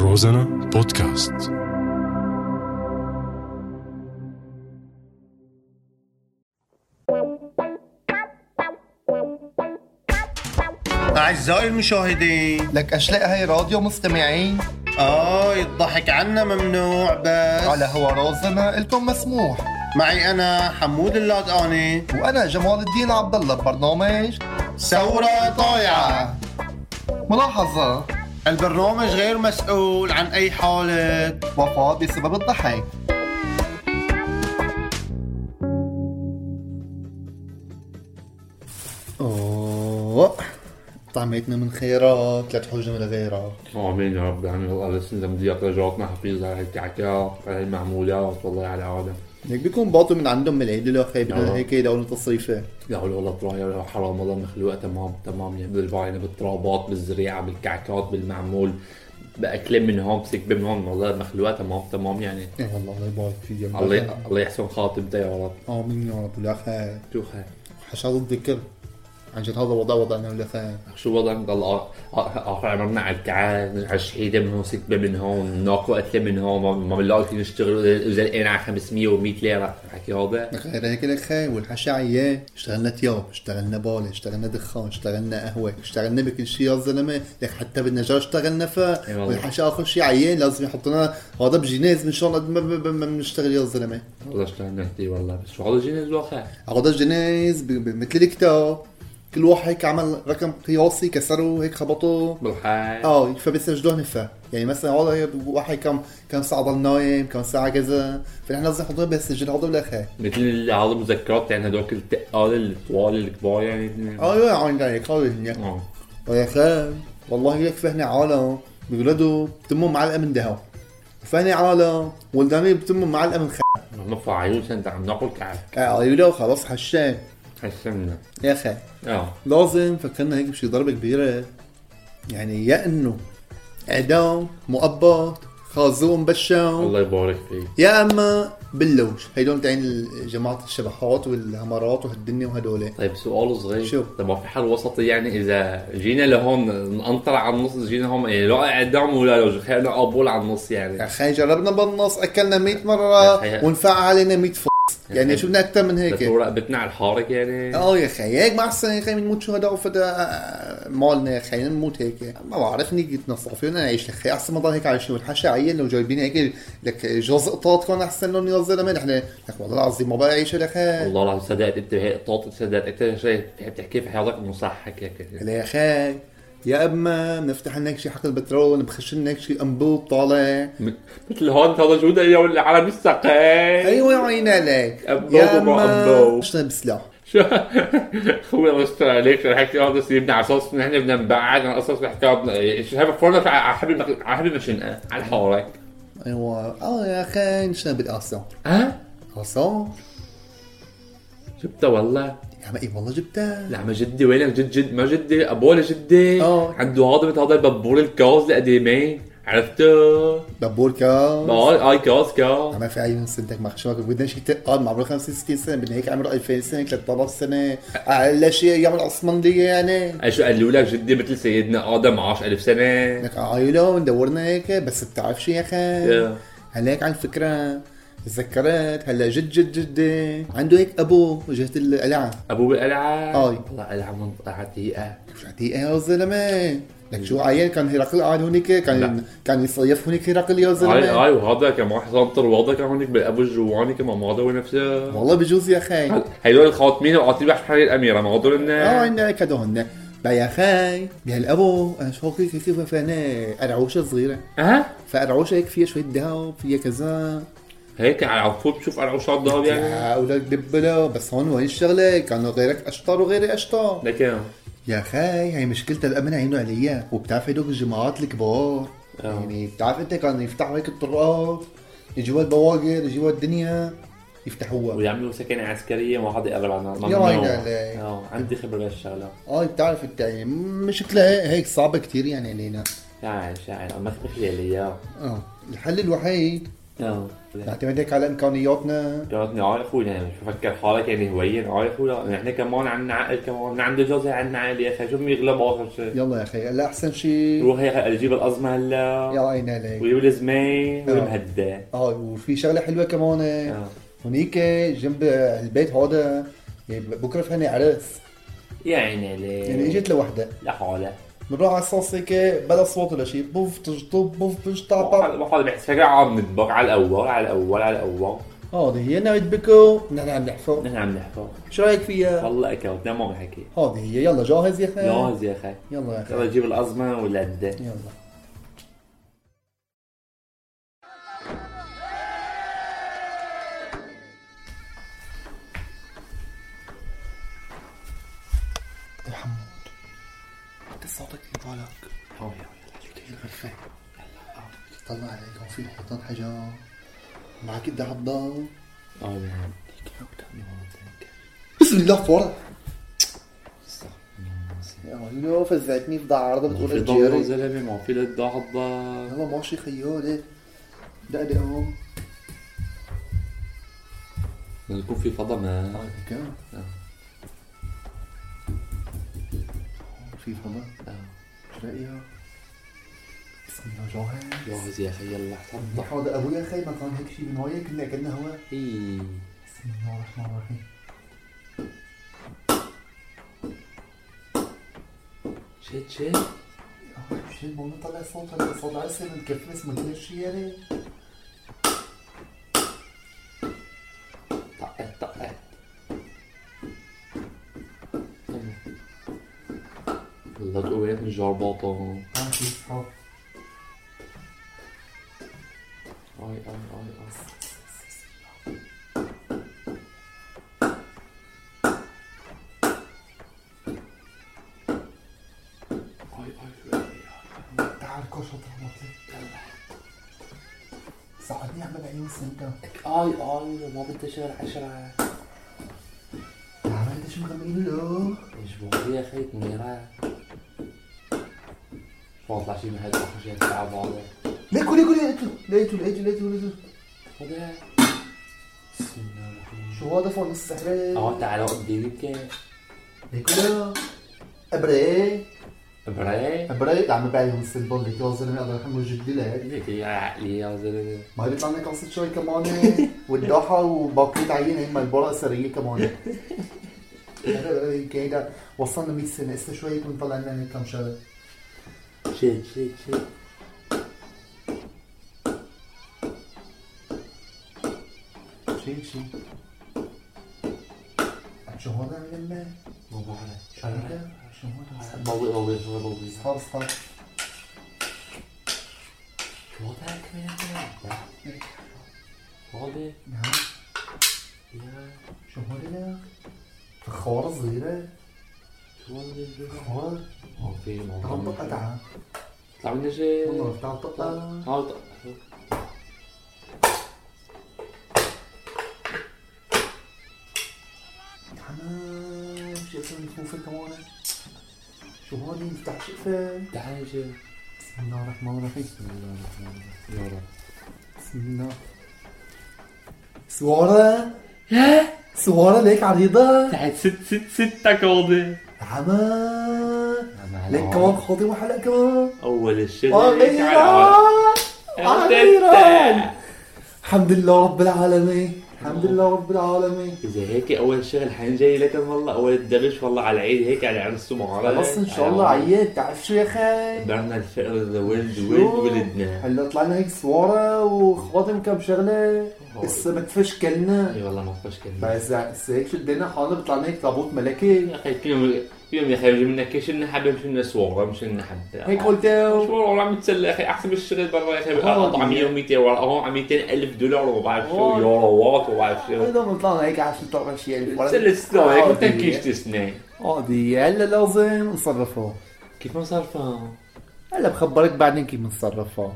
روزانا بودكاست. أعزائي المشاهدين، لك أشلاء هاي راديو مستمعين. الضحك عنا ممنوع، بس على هوا روزانا إلكم مسموح. معي أنا حمود اللادقاني وأنا جمال الدين عبد الله ببرنامج ثورة طايعة. ملاحظة: البرنامج غير مسؤول عن أي حالة وفاة بسبب الضحك. طعمتنا من خيرات لا تحوجنا من غيرك. آمين يا رب العالمين. والله لسه بديك رجعتنا حفيظ على هالكعكات على هالمعمولات، والله على العالم هيك بيكون باطل من عندهم من العيد الأخي بدون هيك دولة تصريفه. لا حول ولا قوة إلا بالله. حرام والله مخلوقة تمام يعني بالفاينة بالترابات بالزريعة بالكعكات بالمعمول بأكل من هون بسكب من هون، والله مخلوقة تمام يعني. إيه والله الله يبارك فيك. الله يحسن خاتمته يا رب. آمين يا رب. لا خير شو خير حشاد الذكر عن جد هذا وضعنا ولا خير. شو وضع نضل آخر عمرنا على الكعاد على الشحيدة من هون سكبة من هون ناكو أكل من هون ما بنلاقي كي نشتغل إذا لقينا على 500 و100 ليرة حكي هذا. غير هيك لك خير والحشا عيان. اشتغلنا تياب، اشتغلنا بالة، اشتغلنا دخان، اشتغلنا قهوة، اشتغلنا بكل شيء يا زلمة. لك حتى بالنجار اشتغلنا فا. والحشا آخر شيء عيان لازم يحطنا هذا بجنيز من شان قد ما بنشتغل يا زلمة. والله اشتغلنا كتير والله. بس شو هذا الجنيز واخر؟ هذا الجنيز مثل الكتاب، كل واحد هيك عمل رقم قياسي كسره هيك خبطوه بالحال فبيسجلوه نفا. يعني مثلا هذا واحد كم ساعة ضل نايم، كم ساعة كذا، فنحن لازم نحطوه بالسجل هذا ولا خير. مثل هذا مذكرات يعني هذوك التقال الطوال الكبار يعني. يا عين هيك هذا يا خير. والله هيك فهنا عالم بيولدوا بتمهم معلقة من دهو، فهنا عالم ولداني بتمهم معلقة من ما فاعلوش انت عم ناكل كعك. ايوه خلاص حشان حسنا يا اخي. لازم فكرنا هيك بشي ضربة كبيرة، يعني يا انه اعدام مؤبط خازوق بشام الله يبارك فيك، يا اما بلوش هيدول تعين جماعة الشبحات والهمرات وهالدنيا وهدول. طيب سؤال صغير، شو طيب ما في حل وسطي يعني اذا جينا لهون ننطر على النص، جينا هون يعني لا اعدام ولا لوج، خلينا قبول على النص يعني. يا اخي جربنا بالنص اكلنا 100 مرة ونفع علينا 100 يعني شو بدنا اكثر من هيك؟ رقبتنا على الحارق يعني. يا اخي هيك ما احسن يا اخي بنموت شهداء وفدا مالنا يا اخي نموت هيك. ما بعرف نيجي نصافي ونعيش يا اخي احسن ما ضل هيك عايشين والحشا عيل لو جايبين هيك لك جوز قطاط كان احسن لهم يا زلمه. نحن لك والله العظيم ما بقى يعيش لك والله العظيم صدقت انت هيك قطاط، صدقت انت شيء بتحكي في حياتك مصحك هيك يا اخي. يا اما نفتح لنا شي حقل بترول نبخش لنا شي انبوب طالع مثل هون هذا جوده يا ولا على السقاي. ايوه يا عيني عليك. يا اما اشتغل بسلاح شو خوي الله يستر عليك. الحكي هذا سيبنا على اساس نحن بدنا نبعد عن قصص الحكايه. شو هذا فرنا على حبل مشنقه على الحارق. ايوه يا اخي نشنا بالاثار. اثار جبتها والله يا عمي والله جبتها. لا ما جدي وينك جد ما جدي ابولا جدي عنده هذا مثل هذا البابور الكاز القديمين عرفته. بابور كاز كاز ما في عيون صدق ما خشوك بدنا شيء تقال مع عمره 50 60 سنه بدنا هيك عمره 2000 سنه 3000 سنه لا شيء يعمل عثمانيه يعني. شو قالوا لك جدي مثل سيدنا ادم عاش 1000 سنه لك عايله ندورنا هيك. بس بتعرف شو يا اخي هلاك على الفكره تذكرت هلا جدي عنده هيك ابو جهه القلعه. ابو بالقلعه والله قلعه منطقه عتيقه. مش عتيقه يا زلمه. لك شو عيان كان هرقل قاعد هونيك كان يصيف هونيك هرقل يا زلمه. وهذا كمان حصانطر وهذا كان هونيك بالابو الجواني كمان ما هذا نفسه. والله بجوز يا اخي هيدول الخاتمين وقاطين بحر حرير الاميره ما هذول عندنا هيك هدول يا اخي. بهالابو انا شو كيف فانا قرعوشه صغيره فقرعوشه هيك فيها شويه ذهب فيها كذا هيك على الفوت بشوف قرعوشات ذهب يعني. يا اولاد دبله. بس هون وين الشغله كانوا غيرك اشطر وغيري اشطر. لكن يا اخي هي مشكلتها الامن عينوا عليا. وبتعرف هدوك الجماعات الكبار يعني بتعرف انت كانوا يفتحوا هيك الطرقات يجوا البواقر يجوا الدنيا يفتحوها ويعملوا سكنة عسكرية ما حدا يقرب عنها. يا وين عليك عندي خبرة بهالشغلة. بتعرف انت يعني مشكلة هيك صعبة كتير يعني علينا. شاعر ما تخلي لي الحل الوحيد نعتمدك على امكانياتنا. يا اخوي يعني مش بفكر حالك يعني هويا يا اخوي، نحن كمان عندنا عقل، كمان عندنا جوز عندنا عقل يا اخي، شو بيغلب اخر شيء؟ يلا يا اخي هلا احسن شيء روح يا اخي اجيب الازمه هلا يا عيني عليك ويجيب الزمين والمهدى. وفي شغله حلوه كمان هنيك جنب البيت هذا بكره فهني عرس يا عيني عليك، يعني اجت لوحده لحالها بنروح على الصوص هيك بلا صوت ولا شيء، بوف تشطب بوف بشطع بحال بحس فكرة عم نطبخ على الاول هذه هي ناوي تبكوا نحن عم نحفظ شو رايك فيها؟ والله اكلت ما بحكي. هذه هي يلا جاهز يا اخي؟ جاهز يا اخي يلا يا اخي يلا جيب الازمه والعده يلا. يا حمود انت صوتك يطالك هي الغرفة طلع عليك هون في الحيطان حجر معك يد عضة بسم الله فورا يا هيو فزعتني في عرضة بتقول الجيري يا زلمه ما في لد عضة. يلا ماشي خيال دق هون يكون في فضا ما في فضا شو رأيها؟ بسم الله جاهز يا اخي يلا احتفظ. هذا ابويا يا اخي ما كان هيك شيء بنوايا كنا اكلنا هوا. بسم الله الرحمن الرحيم. شد شد ما نطلع صوت هلا صوت العسل متكفس ما قلنا شيء يعني. طقت والله تقويت من جرباطة. في صحاب اي تعال كوشة طرمطلي ساعدني اعمل عيون سنتا. اي ما بدي اشغل 10. عملت شو مغمقين له؟ ايش يا اخي تنيرة واطلع شي من هيدا اخر شي الساعة بعضها. ليكو لقيته هذا بسم الله الرحمن. شو هذا فوق نص سحرة؟ تعالوا قدامك ليكو لا ابري ابري عم بعيهم السلبون ليك يا زلمه الله يرحمه جدي ليك يا عقلي يا زلمه. ما بيطلع لنا قصة شوي كمان والدوحة وباقيت عيين هي مالبورا أثرية كمان. كيدا وصلنا 100 سنة اسا شوي يكون طلع لنا كم شغلة. شيل شو هذا من الماء؟ مو بعرف شو هذا؟ ضوي صار شو هذا كمان هذا نعم شو هذا؟ فخارة صغيرة شو هذا فخار في طقطقة تعال طلع منها شيء والله تعال طقطقة حمام شو اسمه مفوفة كمان شو هون نفتح شقفة تعال شيء. بسم الله الرحمن الرحيم. يا رب بسم الله. سوارة ليك عريضة تحت ستة كوضي حمام ليك كمان خاطي وحلق كمان أول الشيء أخيرا الحمد لله رب العالمين الحمد لله رب العالمين. إذا هيك أول شغل حنجي لك والله أول الدبش والله على العيد هيك على عرس معارضة خلص إن شاء الله عيد. تعرف شو يا أخي؟ برنا الفقر ولدنا هلا طلعنا هيك سوارة وخاتم كم شغلة هسه بتفشكلنا. اي والله ما فشكلنا بس هسه هيك شدينا حالنا بيطلعنا هيك تابوت ملكي يا أخي فيهم يا أخي يجي منك ايش النحب مش لنا سوارة مش لنا حب هيك قلت شو والله عم يتسلى يا أخي أحسن بالشغل برا يا أخي أقطع 100 و200 ورا هون عم 200,000 دولار وما بعرف شو يوروات وما بعرف شو هذا بنطلعنا هيك على 26,000 تسلى سنة هيك ما تنكيش تسنة عادي. هلا لازم نصرفها. كيف ما صرفها؟ هلا بخبرك بعدين كيف نصرفها.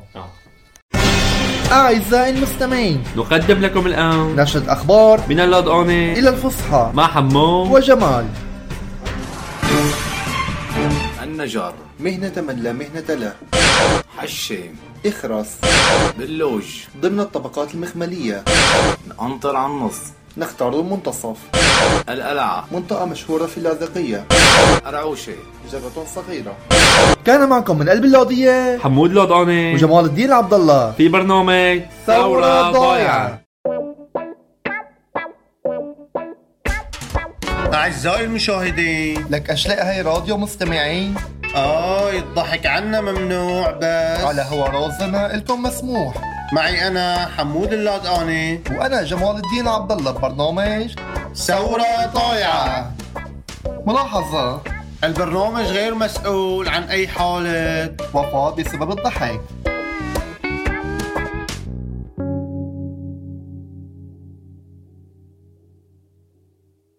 أعزائي المستمعين نقدم لكم الآن نشرة أخبار من اللادقانة إلى الفصحى مع حمو وجمال. النجار، مهنة من لا مهنة له. حشام، إخرس، بلوج، ضمن الطبقات المخملية. نقنطر على النص، نختار المنتصف. القلعة، منطقة مشهورة في اللاذقية. أرعوشة، جرة صغيرة. كان معكم من قلب اللوضية حمود لوضاني وجمال الدين عبد الله في برنامج ثورة ضايعة. أعزائي المشاهدين، لك أشلاء هاي راديو مستمعين. الضحك عنا ممنوع، بس على هو رازنا إلكم مسموح. معي أنا حمود اللادقاني وأنا جمال الدين عبد الله ببرنامج ثورة ضايعة. ملاحظة: البرنامج غير مسؤول عن أي حالة وفاة بسبب الضحك.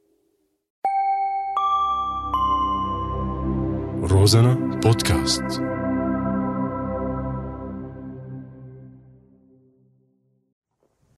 روزانا بودكاست.